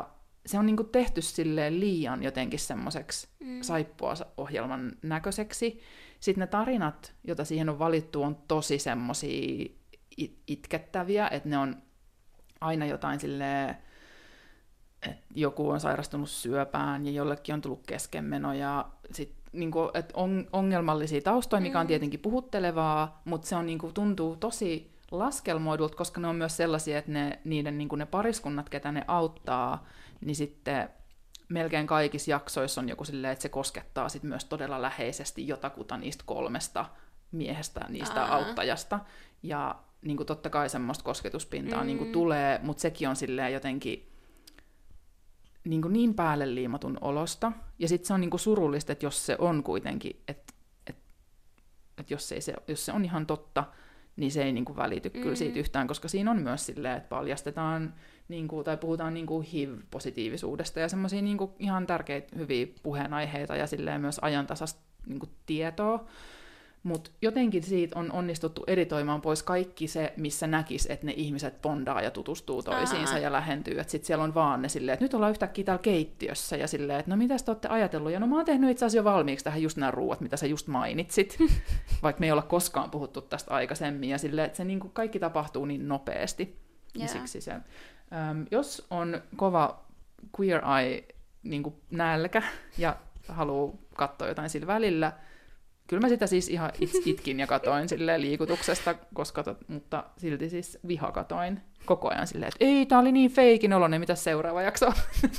[SPEAKER 1] se on niinku tehty silleen liian jotenkin semmoiseksi
[SPEAKER 2] Mm.
[SPEAKER 1] saippua-ohjelman näköiseksi. Sitten ne tarinat, joita siihen on valittu, on tosi semmosia it- itkettäviä, että ne on aina jotain silleen, että joku on sairastunut syöpään ja jollekin on tullut keskenmeno ja sit, niinku, et on, ongelmallisia taustoja, mikä on
[SPEAKER 2] Mm.
[SPEAKER 1] tietenkin puhuttelevaa, mutta se on, niinku, tuntuu tosi laskelmoidulta, koska ne on myös sellaisia, että ne, niiden, niinku, ne pariskunnat, ketä ne auttaa, niin sitten melkein kaikissa jaksoissa on joku silleen, että se koskettaa sit myös todella läheisesti jotakuta niistä kolmesta miehestä, niistä
[SPEAKER 2] Aa.
[SPEAKER 1] auttajasta. Ja niin kuin totta kai semmoista kosketuspintaa
[SPEAKER 2] Mm.
[SPEAKER 1] niin kuin tulee, mutta sekin on silleen jotenkin niin, kuin niin päälle liimatun olosta. Ja sitten se on niin kuin surullista, että jos se on kuitenkin, että, että, että jos, ei se, jos se on ihan totta, niin se ei niin kuin välity mm. kyllä siitä yhtään, koska siinä on myös silleen, että paljastetaan niin kuin, tai puhutaan niin kuin H I V-positiivisuudesta ja semmoisia niin kuin ihan tärkeitä hyviä puheenaiheita ja silleen myös ajantasasta niin kuin tietoa. Mutta jotenkin siitä on onnistuttu editoimaan pois kaikki se, missä näkisi, että ne ihmiset bondaa ja tutustuu toisiinsa Aa. ja lähentyy. Että sitten siellä on vaan ne silleen, että nyt ollaan yhtäkkiä täällä keittiössä ja silleen, että no mitäs te olette ajatellut? Ja no mä oon tehnyt itse asiassa jo valmiiksi tähän just nämä ruuat, mitä sä just mainitsit. Vaikka me ei olla koskaan puhuttu tästä aikaisemmin. Ja silleen, että se niin kuin kaikki tapahtuu niin nopeasti. Yeah. Siksi se. Öm, jos on kova queer eye niin kuin nälkä ja haluaa katsoa jotain sillä välillä, kyllä mä sitä siis ihan it- itkin ja katoin silleen liikutuksesta, koska tot, mutta silti siis vihakatoin koko ajan silleen, että ei, tää oli niin feikin oloinen, mitä seuraava jakso on.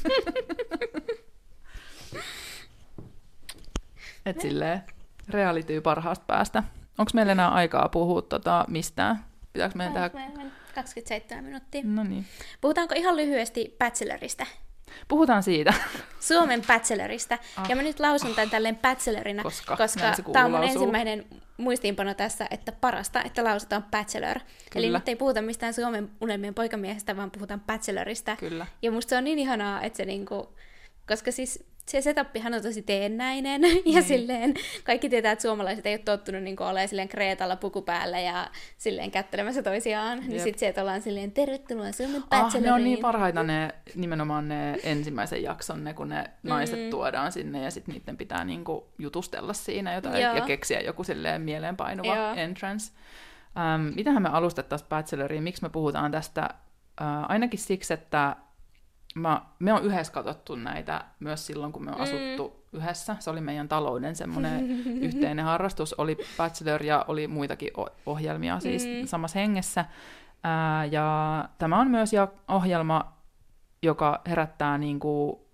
[SPEAKER 1] Että silleen realityy parhaasta päästä. Onko meillä enää aikaa puhua tota mistään? Pitääkö meidän tehdä...
[SPEAKER 2] kaksikymmentäseitsemän minuuttia.
[SPEAKER 1] No niin.
[SPEAKER 2] Puhutaanko ihan lyhyesti Bachelorista?
[SPEAKER 1] Puhutaan siitä.
[SPEAKER 2] Suomen Bachelorista.
[SPEAKER 1] Ah.
[SPEAKER 2] Ja mä nyt lausun tämän tälleen Bachelorina,
[SPEAKER 1] koska,
[SPEAKER 2] koska tämä on mun lausuu. ensimmäinen muistiinpano tässä, että parasta, että lausutaan Bachelor. Kyllä. Eli nyt ei puhuta mistään Suomen unelmien poikamiehestä, vaan puhutaan Bachelorista.
[SPEAKER 1] Kyllä.
[SPEAKER 2] Ja musta se on niin ihanaa, että se niinku, koska siis se setappihan on tosi teennäinen, ja niin. silleen kaikki tietää, että suomalaiset ei ole tottunut niin olemaan silleen Kreetalla puku päällä ja silleen kättelemässä toisiaan, Jep. niin sitten se, että ollaan silleen tervetuloa Suomen Bacheloriin.
[SPEAKER 1] Ah, ne on niin parhaita ne, nimenomaan ne ensimmäisen jakson, ne, kun ne mm. naiset tuodaan sinne, ja sitten niiden pitää niinku jutustella siinä jotain, Joo. ja keksiä joku silleen mieleenpainuva Joo. entrance. Ähm, mitähän me alustettaisiin Bacheloriin, miksi me puhutaan tästä? Äh, ainakin siksi, että Mä, me on yhdessä katsottu näitä myös silloin, kun me on asuttu mm. yhdessä. Se oli meidän talouden semmoinen yhteinen harrastus. Oli Bachelor ja oli muitakin ohjelmia siis mm. samassa hengessä. Ää, ja tämä on myös ja ohjelma, joka herättää niinku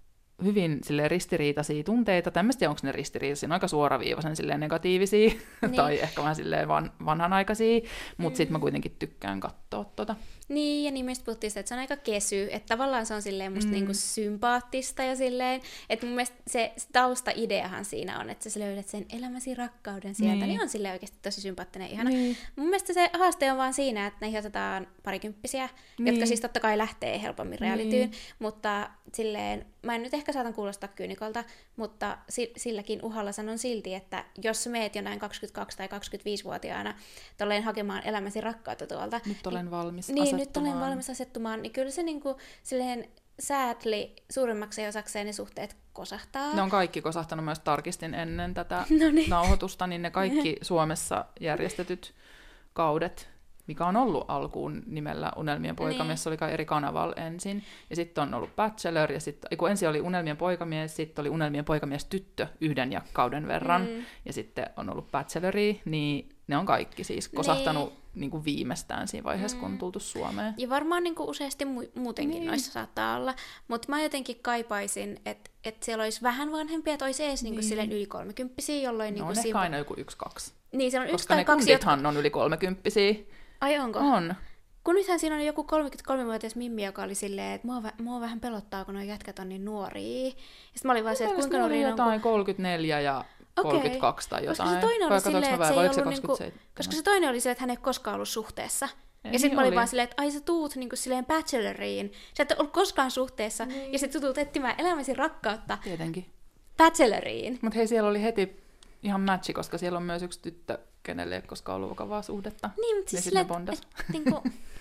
[SPEAKER 1] hyvin silleen ristiriitaisia tunteita. Tämmöistä onko ne ristiriitaisia, ne on aika suoraviivaisen silleen negatiivisia niin. tai ehkä vähän silleen van, vanhanaikaisia, mutta mm. sitten mä kuitenkin tykkään katsoa tota.
[SPEAKER 2] Niin, ja niin mistä puhuttiin sitä, että se on aika kesy, että tavallaan se on silleen musta mm. niinku sympaattista ja silleen, että mun mielestä se taustaideahan siinä on, että sä löydät sen elämäsi rakkauden sieltä, niin, niin on silleen oikeasti tosi sympaattinen ja ihana. Niin. Mun mielestä se haaste on vaan siinä, että näihin otetaan parikymppisiä, niin. jotka siis totta kai lähtee helpommin realityyn, niin. mutta silleen, mä en nyt ehkä saatan kuulostaa kyynikolta, mutta silläkin uhalla sanon silti, että jos sä meet jo näin kaksikymmentäkaksi- tai kaksikymmentäviisivuotiaana tolleen hakemaan elämäsi rakkautta tuolta.
[SPEAKER 1] Nyt olen
[SPEAKER 2] niin,
[SPEAKER 1] valmis
[SPEAKER 2] niin,
[SPEAKER 1] asettumaan.
[SPEAKER 2] nyt olen valmis asettumaan, niin kyllä se niinku silleen sadly suurimmaksi osakseen ne suhteet kosahtaa.
[SPEAKER 1] Ne on kaikki kosahtanut, myös tarkistin ennen tätä
[SPEAKER 2] no niin.
[SPEAKER 1] nauhoitusta, niin ne kaikki Suomessa järjestetyt kaudet, mikä on ollut alkuun nimellä Unelmien poikamies, niin. oli kai eri kanavalla ensin, ja sitten on ollut Bachelor, ja sitten kun ensin oli Unelmien poikamies, sitten oli Unelmien poikamies tyttö yhden ja kauden verran, mm. ja sitten on ollut Bachelori, niin ne on kaikki siis kosahtanut niin. Niin kuin viimeistään siinä vaiheessa, mm. kun on tultu Suomeen.
[SPEAKER 2] Ja varmaan niin kuin useasti mu- muutenkin niin. noissa saattaa olla, mutta mä jotenkin kaipaisin, että et siellä olisi vähän vanhempia, että olisi edes niin. Niin silleen yli kolmekymppisiä, jolloin...
[SPEAKER 1] No
[SPEAKER 2] niin
[SPEAKER 1] on
[SPEAKER 2] siinä...
[SPEAKER 1] ehkä aina joku yksi, kaksi.
[SPEAKER 2] Niin, siellä on
[SPEAKER 1] koska
[SPEAKER 2] yksi tai kaksi,
[SPEAKER 1] kundithan jotka... on yli kolmekymppisiä.
[SPEAKER 2] Ai onko?
[SPEAKER 1] On.
[SPEAKER 2] Kun nythän siinä on joku kolmekymmentäkolmevuotias Mimmi, joka oli silleen, että mua, mua vähän pelottaa, kun nuo jätkät on niin nuoria. Ja sitten mä olin vaan se, että kuinka nuoria on...
[SPEAKER 1] jotain kolmekymmentäneljä ja kolmekymmentäkaksi tai jotain.
[SPEAKER 2] Koska se toinen oli silleen, että se ei ollut niinku... Koska se toinen oli silleen, että hän ei koskaan ollut suhteessa. Ei, ja sitten mä olin oli. vaan silleen, että ai sä tuut niinku silleen Bacheloriin. Sä et ollut koskaan suhteessa. Niin. Ja sit sä tuut etsimään elämäsi rakkautta.
[SPEAKER 1] Tietenkin.
[SPEAKER 2] Bacheloriin.
[SPEAKER 1] Mut hei, siellä oli heti ihan matchi, koska siellä on myös yksi tyttö, kenelle ei koskaan ollut vakavaa suhdetta.
[SPEAKER 2] Niin, mutta siis silleen, että niinku...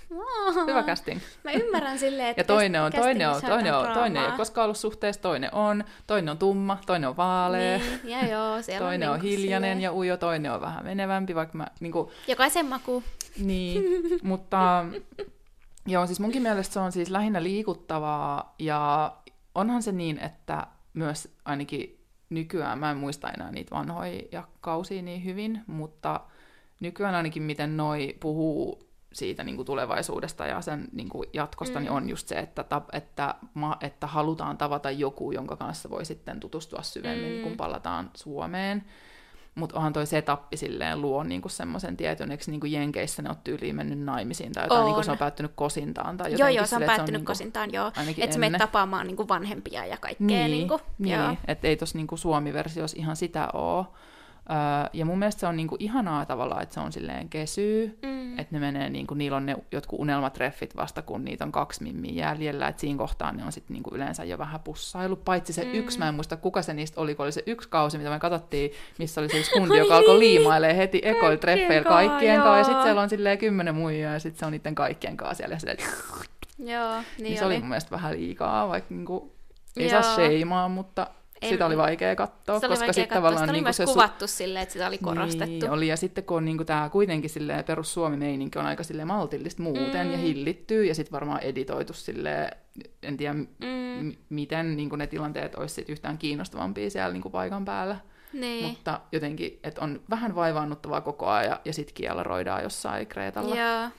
[SPEAKER 2] Oh,
[SPEAKER 1] hyvä casting.
[SPEAKER 2] Mä ymmärrän silleen, että
[SPEAKER 1] ja toinen on, toinen on, toinen on,
[SPEAKER 2] draamaa.
[SPEAKER 1] toinen ei ole koskaan ollut suhteessa, toinen on, toinen on tumma, toinen on vaalea,
[SPEAKER 2] niin, ja joo,
[SPEAKER 1] toinen on,
[SPEAKER 2] on
[SPEAKER 1] hiljainen
[SPEAKER 2] silleen.
[SPEAKER 1] ja ujo, toinen on vähän menevämpi, vaikka mä niinku...
[SPEAKER 2] Jokaisen maku.
[SPEAKER 1] Niin, mutta joo, siis munkin mielestä se on siis lähinnä liikuttavaa, ja onhan se niin, että myös ainakin nykyään, mä en muista enää niitä vanhoja kausia niin hyvin, mutta nykyään ainakin miten noi puhuu siitä niin kuin tulevaisuudesta ja sen niin kuin jatkosta, mm. niin on just se, että, ta, että, ma, että halutaan tavata joku, jonka kanssa voi sitten tutustua syvemmin, mm. kun palataan Suomeen. Mutta onhan toi setappi silleen luo niinku semmoisen tietyn, eikö niinku Jenkeissä ne on tyyliin mennyt naimisiin tai jotain, niinku se on päättynyt kosintaan tai jotenkin.
[SPEAKER 2] Joo, joo, se on
[SPEAKER 1] silleen,
[SPEAKER 2] päättynyt
[SPEAKER 1] se on
[SPEAKER 2] kosintaan, joo. Että
[SPEAKER 1] se
[SPEAKER 2] menet tapaamaan niinku vanhempia ja kaikkea.
[SPEAKER 1] Niin,
[SPEAKER 2] niinku,
[SPEAKER 1] niin että ei tossa niinku Suomi-versiossa ihan sitä ole. Öö, ja mun mielestä se on niinku ihanaa tavallaan, että se on silleen kesyy, mm. että ne menee, niinku, niillä on ne jotkut unelmatreffit vasta, kun niitä on kaksi mimmiä jäljellä, että siinä kohtaa ne on sitten niinku yleensä jo vähän pussailu, paitsi se mm. yksi, mä en muista kuka se niistä oli, kun oli se yksi kausi, mitä me katsottiin, missä oli se yksi kundi, joka alkoi liimailee heti ekoilla treffeillä kaikkien kanssa, ja sitten siellä on silleen kymmenen muijaa, ja sitten se on niiden kaikkien kanssa siellä, ja silleen,
[SPEAKER 2] joo, niin,
[SPEAKER 1] niin se
[SPEAKER 2] oli.
[SPEAKER 1] oli mun mielestä vähän liikaa, vaikka niinku, ei saa sheimaa, mutta... En, sitä oli vaikea katsoa, koska
[SPEAKER 2] vaikea
[SPEAKER 1] sitten
[SPEAKER 2] katsoa.
[SPEAKER 1] tavallaan...
[SPEAKER 2] Sitä oli
[SPEAKER 1] niinku
[SPEAKER 2] myös
[SPEAKER 1] se
[SPEAKER 2] kuvattu su- silleen, että sitä oli korostettu.
[SPEAKER 1] Niin, oli, ja sitten kun on niinku tämä kuitenkin silleen perus Suomi-meininki on aika silleen maltillista muuten, mm. ja hillittyy, ja sitten varmaan editoitu silleen, en tiedä mm. m- miten niinku ne tilanteet olisi sit yhtään kiinnostavampia siellä niinku paikan päällä.
[SPEAKER 2] Niin.
[SPEAKER 1] Mutta jotenkin, että on vähän vaivaannuttavaa koko ajan, ja sitten kielaroidaan jossain Kreetalla.
[SPEAKER 2] Joo.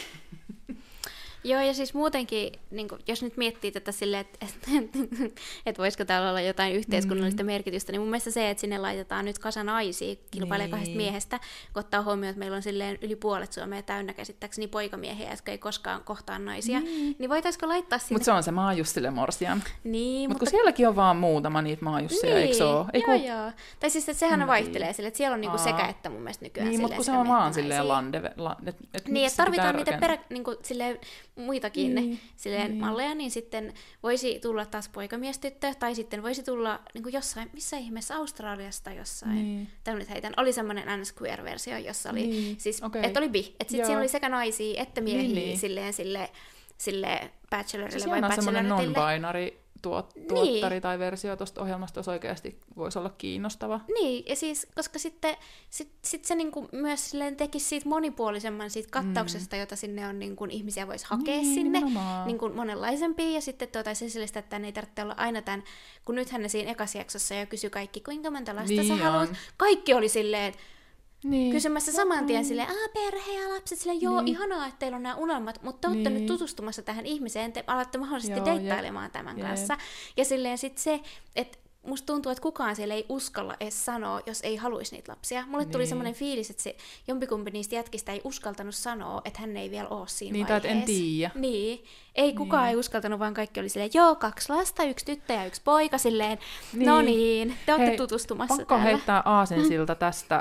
[SPEAKER 2] Joo, ja siis muutenkin, niin kun, jos nyt miettii tätä silleen, että et, et voisiko täällä olla jotain yhteiskunnallista mm. merkitystä, niin mun mielestä se, että sinne laitetaan nyt kasa naisia, kilpailee niin. kahdesta miehestä, kun ottaa huomioon, että meillä on silleen yli puolet Suomea täynnä käsittääkseni poikamiehiä, jotka ei koskaan kohtaa naisia, mm. niin voitaisiko laittaa sinne...
[SPEAKER 1] Mutta se on se Maajussille morsian.
[SPEAKER 2] Niin,
[SPEAKER 1] Mut
[SPEAKER 2] mutta...
[SPEAKER 1] kun sielläkin on vaan muutama niitä Maajusseja,
[SPEAKER 2] niin.
[SPEAKER 1] eikö se ole?
[SPEAKER 2] Joo, kun... joo. Tai siis, että sehän vaihtelee sille, että siellä on niinku sekä että mun mielestä nykyään
[SPEAKER 1] niin, mutta kun se on vaan silleen lande... La, et, et
[SPEAKER 2] niin, että tarvitaan niitä
[SPEAKER 1] rakentaa?
[SPEAKER 2] perä, niinku, silleen, muitakin niin. Silleen,
[SPEAKER 1] niin.
[SPEAKER 2] malleja, niin sitten voisi tulla taas poikamiestyttö, tai sitten voisi tulla niin jossain, missä ihmeessä, Australiasta jossain. Niin. Tämä nyt heitän. Oli semmoinen N Square-versio, jossa oli, niin. siis, okay. että oli bi. Että sitten siellä oli sekä naisia että miehiä niin, niin. silleen sille, sille bachelorille
[SPEAKER 1] siis
[SPEAKER 2] vai bachelorettille.
[SPEAKER 1] Siis non-binary tuot, tuottari niin. tai versio tuosta ohjelmasta, jos oikeasti voisi olla kiinnostava.
[SPEAKER 2] Niin, ja siis, koska sitten sit, sit se niinku myös silleen tekisi siitä monipuolisemman siitä kattauksesta, mm. jota sinne on niinku, ihmisiä voisi hakea niin, sinne, niinku, monenlaisempia, ja sitten tuotaisiin esille sitä, että tämän ei tarvitse olla aina tämän, kun nythän ne siinä ekassa jaksossa jo kysyi kaikki, kuinka monta lasta niin sä haluat. Kaikki oli silleen, niin. kysymässä saman tien silleen, aah, perhe ja lapset, silleen, joo, niin. ihanaa, että teillä on nämä unelmat, mutta te olette niin. nyt tutustumassa tähän ihmiseen, te alatte mahdollisesti joo, deittailemaan tämän jep. kanssa. Ja silleen sitten se, että musta tuntuu, että kukaan siellä ei uskalla edes sanoa, jos ei haluaisi niitä lapsia. Mulle niin. tuli semmoinen fiilis, että se jompikumpi niistä jätkistä ei uskaltanut sanoa, että hän ei vielä ole siinä
[SPEAKER 1] niin,
[SPEAKER 2] vaiheessa.
[SPEAKER 1] Niin, en tiedä.
[SPEAKER 2] Niin, ei kukaan niin. ei uskaltanut, vaan kaikki oli silleen, joo, kaksi lasta, yksi tyttö ja yksi poika, silleen, niin. no niin, te olette Hei, tutustumassa
[SPEAKER 1] pakko
[SPEAKER 2] täällä.
[SPEAKER 1] heittää aasinsilta tästä,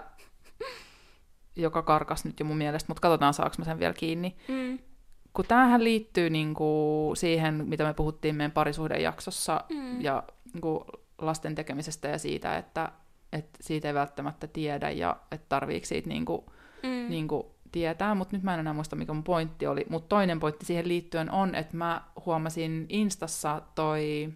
[SPEAKER 1] joka karkas nyt jo mun mielestä, mutta katsotaan saanko mä sen vielä kiinni. Mm. Kun tämähän liittyy niinku siihen, mitä me puhuttiin meidän parisuhdejaksossa mm. ja niinku lasten tekemisestä ja siitä, että et siitä ei välttämättä tiedä ja että tarviiko siitä niinku, mm. niinku tietää, mutta nyt mä en enää muista, mikä mun pointti oli. Mutta toinen pointti siihen liittyen on, että mä huomasin Instassa toi,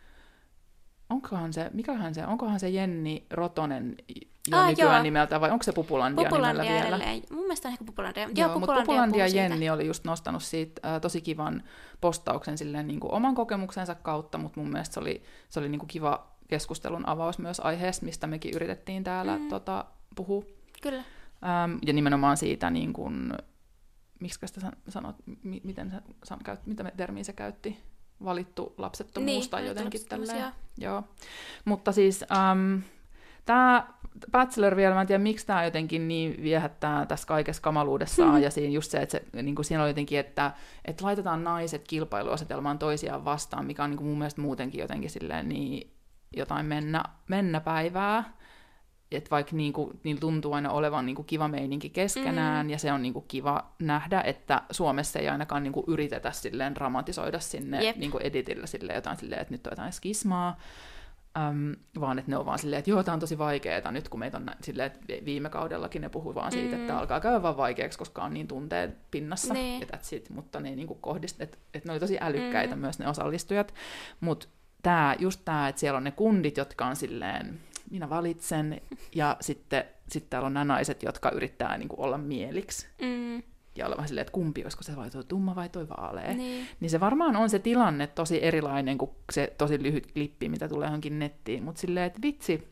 [SPEAKER 1] onkohan se, mikähän se, onkohan se Jenni Rotonen jo ah, nykyään joo. nimeltä, vai onko se Pupulandia,
[SPEAKER 2] Pupulandia
[SPEAKER 1] nimellä vielä?
[SPEAKER 2] Edelleen. Mun mielestä on ehkä Pupulandia. Joo,
[SPEAKER 1] joo
[SPEAKER 2] Pupulandia,
[SPEAKER 1] mutta Pupulandia Jenni
[SPEAKER 2] siitä.
[SPEAKER 1] oli just nostanut siitä äh, tosi kivan postauksen silleen, niin kuin oman kokemuksensa kautta, mutta mun mielestä se oli, se oli niin kuin kiva keskustelun avaus myös aiheesta, mistä mekin yritettiin täällä mm. tota, puhua.
[SPEAKER 2] Kyllä.
[SPEAKER 1] Ähm, ja nimenomaan siitä, niin kuin, miksi sitä sanot, m- miten se san, käyt, mitä termiä se käytti? Valittu lapsettomuus niin, tai jotenkin tälleen. Joo. Mutta siis ähm, tämä Bachelor vielä, mä en tiedä, miksi tämä jotenkin niin viehättää tässä kaikessa kamaluudessaan, mm-hmm. ja siinä just se, että se, niin kuin siinä oli jotenkin, että, että laitetaan naiset kilpailuasetelmaan toisiaan vastaan, mikä on niin kuin mun mielestä muutenkin jotenkin silleen niin jotain mennä, mennä päivää, että vaikka niin kuin, niin tuntuu aina olevan niin kuin kiva meininki keskenään, mm. ja se on niin kuin kiva nähdä, että Suomessa ei ainakaan niin kuin yritetä silleen dramatisoida sinne niin kuin editillä silleen jotain silleen, että nyt on jotain skismaa, äm, vaan että ne on vaan silleen, että joo, tää on tosi vaikeeta nyt, kun meitä on nä- silleen, että viime kaudellakin ne puhuu vaan siitä, mm. että alkaa käydä vaan vaikeaksi, koska on niin tunteet pinnassa,
[SPEAKER 2] niin.
[SPEAKER 1] että sit, mutta ne ei niinku kohdist, että et ne oli tosi älykkäitä mm. myös ne osallistujat, mutta tää, just tämä, että siellä on ne kundit, jotka on silleen, minä valitsen, ja sitten sit täällä on nämä naiset, jotka yrittää niinku olla mieliksi. Mm. Ja olla vähän silleen, että kumpi, olisiko se vai toi tumma vai toi vaalea. Niin. niin se varmaan on se tilanne tosi erilainen kuin se tosi lyhyt klippi, mitä tulee johonkin nettiin. Mutta silleen, että vitsi,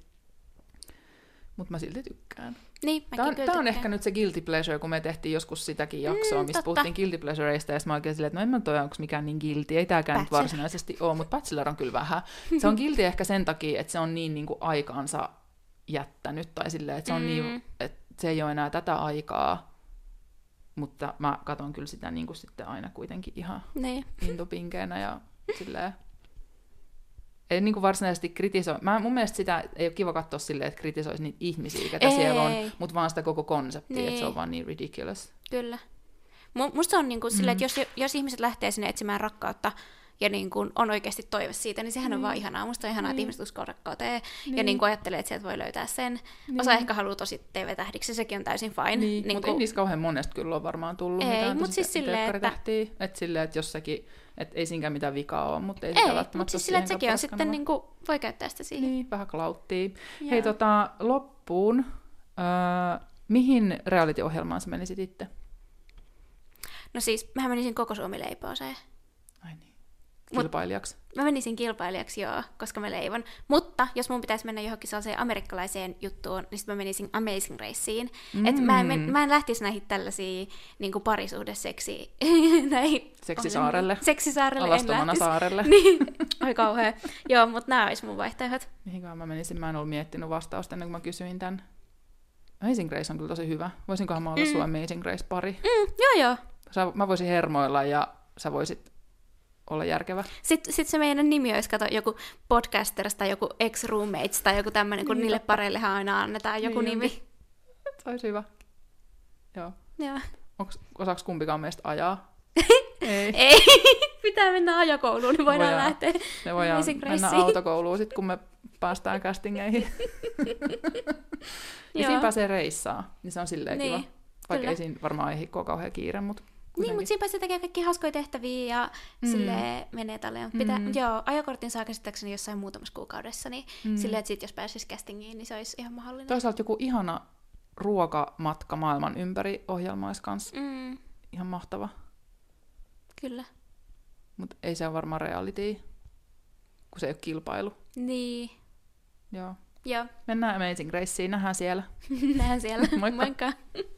[SPEAKER 1] mutta mä silti tykkään.
[SPEAKER 2] Niin,
[SPEAKER 1] Tämä on, tää on ehkä nyt se guilty pleasure, kun me tehtiin joskus sitäkin jaksoa, mm, missä totta. puhuttiin guilty pleasureista, ja mä oikein silleen, että no en mä toi onko mikään niin guilty, ei tääkään nyt varsinaisesti ole, mutta Bachelor on kyllä vähän. Se on guilty ehkä sen takia, että se on niin, niin kuin aikaansa jättänyt, tai silleen, että se, on mm. niin, että se ei ole enää tätä aikaa, mutta mä katson kyllä sitä niin kuin sitten aina kuitenkin ihan niin. intopinkeenä ja silleen. Ei niin kuin varsinaisesti kritisoi. Mä, mun mielestä sitä ei ole kiva katsoa silleen, että kritisoisi niitä ihmisiä, ketä ei. siellä on, mutta vaan sitä koko konseptia, niin. että se on vaan niin ridiculous.
[SPEAKER 2] Kyllä. Musta on niin kuin silleen, mm. että jos, jos ihmiset lähtee sinne etsimään rakkautta ja niin kuin on oikeasti toive siitä, niin sehän mm. on vaan ihanaa. Musta on ihanaa, niin. että ihmiset uskoo rakkauteen niin. ja niin kuin ajattelee, että sieltä voi löytää sen. Niin. Osa ehkä haluaa tosi T V-tähdiksi, sekin on täysin fine. Niin.
[SPEAKER 1] Niin mutta kun... ei niistä kauhean monesta kyllä ole varmaan tullut
[SPEAKER 2] ei,
[SPEAKER 1] mitään
[SPEAKER 2] tosi siis silleen, että...
[SPEAKER 1] Että silleen, että jossakin, että ei siinäkään mitään vikaa ole, mutta ei,
[SPEAKER 2] ei
[SPEAKER 1] sitä välttämättä
[SPEAKER 2] mutta siis silleen, että sekin on sitten niin kuin, voi käyttää sitä siihen.
[SPEAKER 1] Niin, vähän klauttia. Yeah. Hei tota, loppuun, äh, mihin reality-ohjelmaan sä menisit itse?
[SPEAKER 2] No siis, mähän menisin Koko Suomi leipooseen.
[SPEAKER 1] Ai niin. Kilpailijaksi?
[SPEAKER 2] Mut mä menisin kilpailijaksi, joo, koska mä leivon. Mutta jos mun pitäisi mennä johonkin sellaiseen amerikkalaiseen juttuun, niin sit mä menisin Amazing Raceen. Mm. Et mä, en, mä en lähtisi näihin tällaisiin niin kuin parisuhdeseksiin.
[SPEAKER 1] Seksisaarelle.
[SPEAKER 2] Seksisaarelle
[SPEAKER 1] Alastomana saarelle.
[SPEAKER 2] Niin, oi kauhea. Joo, mutta nämä olisi mun vaihtoehdot.
[SPEAKER 1] Mihinkään mä menisin? Mä en ollut miettinyt vastausta ennen kuin mä kysyin tän. Amazing Race on kyllä tosi hyvä. Voisinkohan mä olla mm. sun Amazing Race-pari?
[SPEAKER 2] Mm, joo, joo.
[SPEAKER 1] Sä, mä voisin hermoilla ja sä voisit olla järkevä.
[SPEAKER 2] Sitten sit se meidän nimi olisi, kato, joku podcasters tai joku ex-roommates tai joku tämmöinen, kun niin, niille totta. Pareillehan aina annetaan joku niin, nimi.
[SPEAKER 1] Se olisi hyvä. Joo.
[SPEAKER 2] Joo.
[SPEAKER 1] Onks, osaaks kumpikaan meistä ajaa? Ei.
[SPEAKER 2] Ei. Pitää mennä ajokouluun, niin voidaan
[SPEAKER 1] voidaan,
[SPEAKER 2] lähteä.
[SPEAKER 1] Me voidaan mennä autokouluun sit, kun me päästään castingeihin. Ja siinä pääsee reissaa, niin se on silleen niin, kiva. Vaikka kyllä. Ei siinä varmaan ehdi kauhean kiire, mutta
[SPEAKER 2] niin, mutta siinä pääsee tekemään kaikki hauskoja tehtäviä ja mm. silleen menee tälleen. Pitää, mm. Joo, ajokortin saa käsittääkseni jossain muutamassa kuukaudessa, niin mm. silleen, että sit jos pääsisi castingiin, niin se olisi ihan mahdollinen.
[SPEAKER 1] Toisaalta joku ihana ruokamatka maailman ympäri ohjelma olisi kans
[SPEAKER 2] mm.
[SPEAKER 1] ihan mahtava.
[SPEAKER 2] Kyllä.
[SPEAKER 1] Mutta ei se ole varmaan reality, kun se ei ole kilpailu.
[SPEAKER 2] Niin.
[SPEAKER 1] Joo.
[SPEAKER 2] Joo.
[SPEAKER 1] Mennään Amazing Raceen, nähdään siellä.
[SPEAKER 2] Nähdään siellä.
[SPEAKER 1] Moikka.
[SPEAKER 2] Moikka.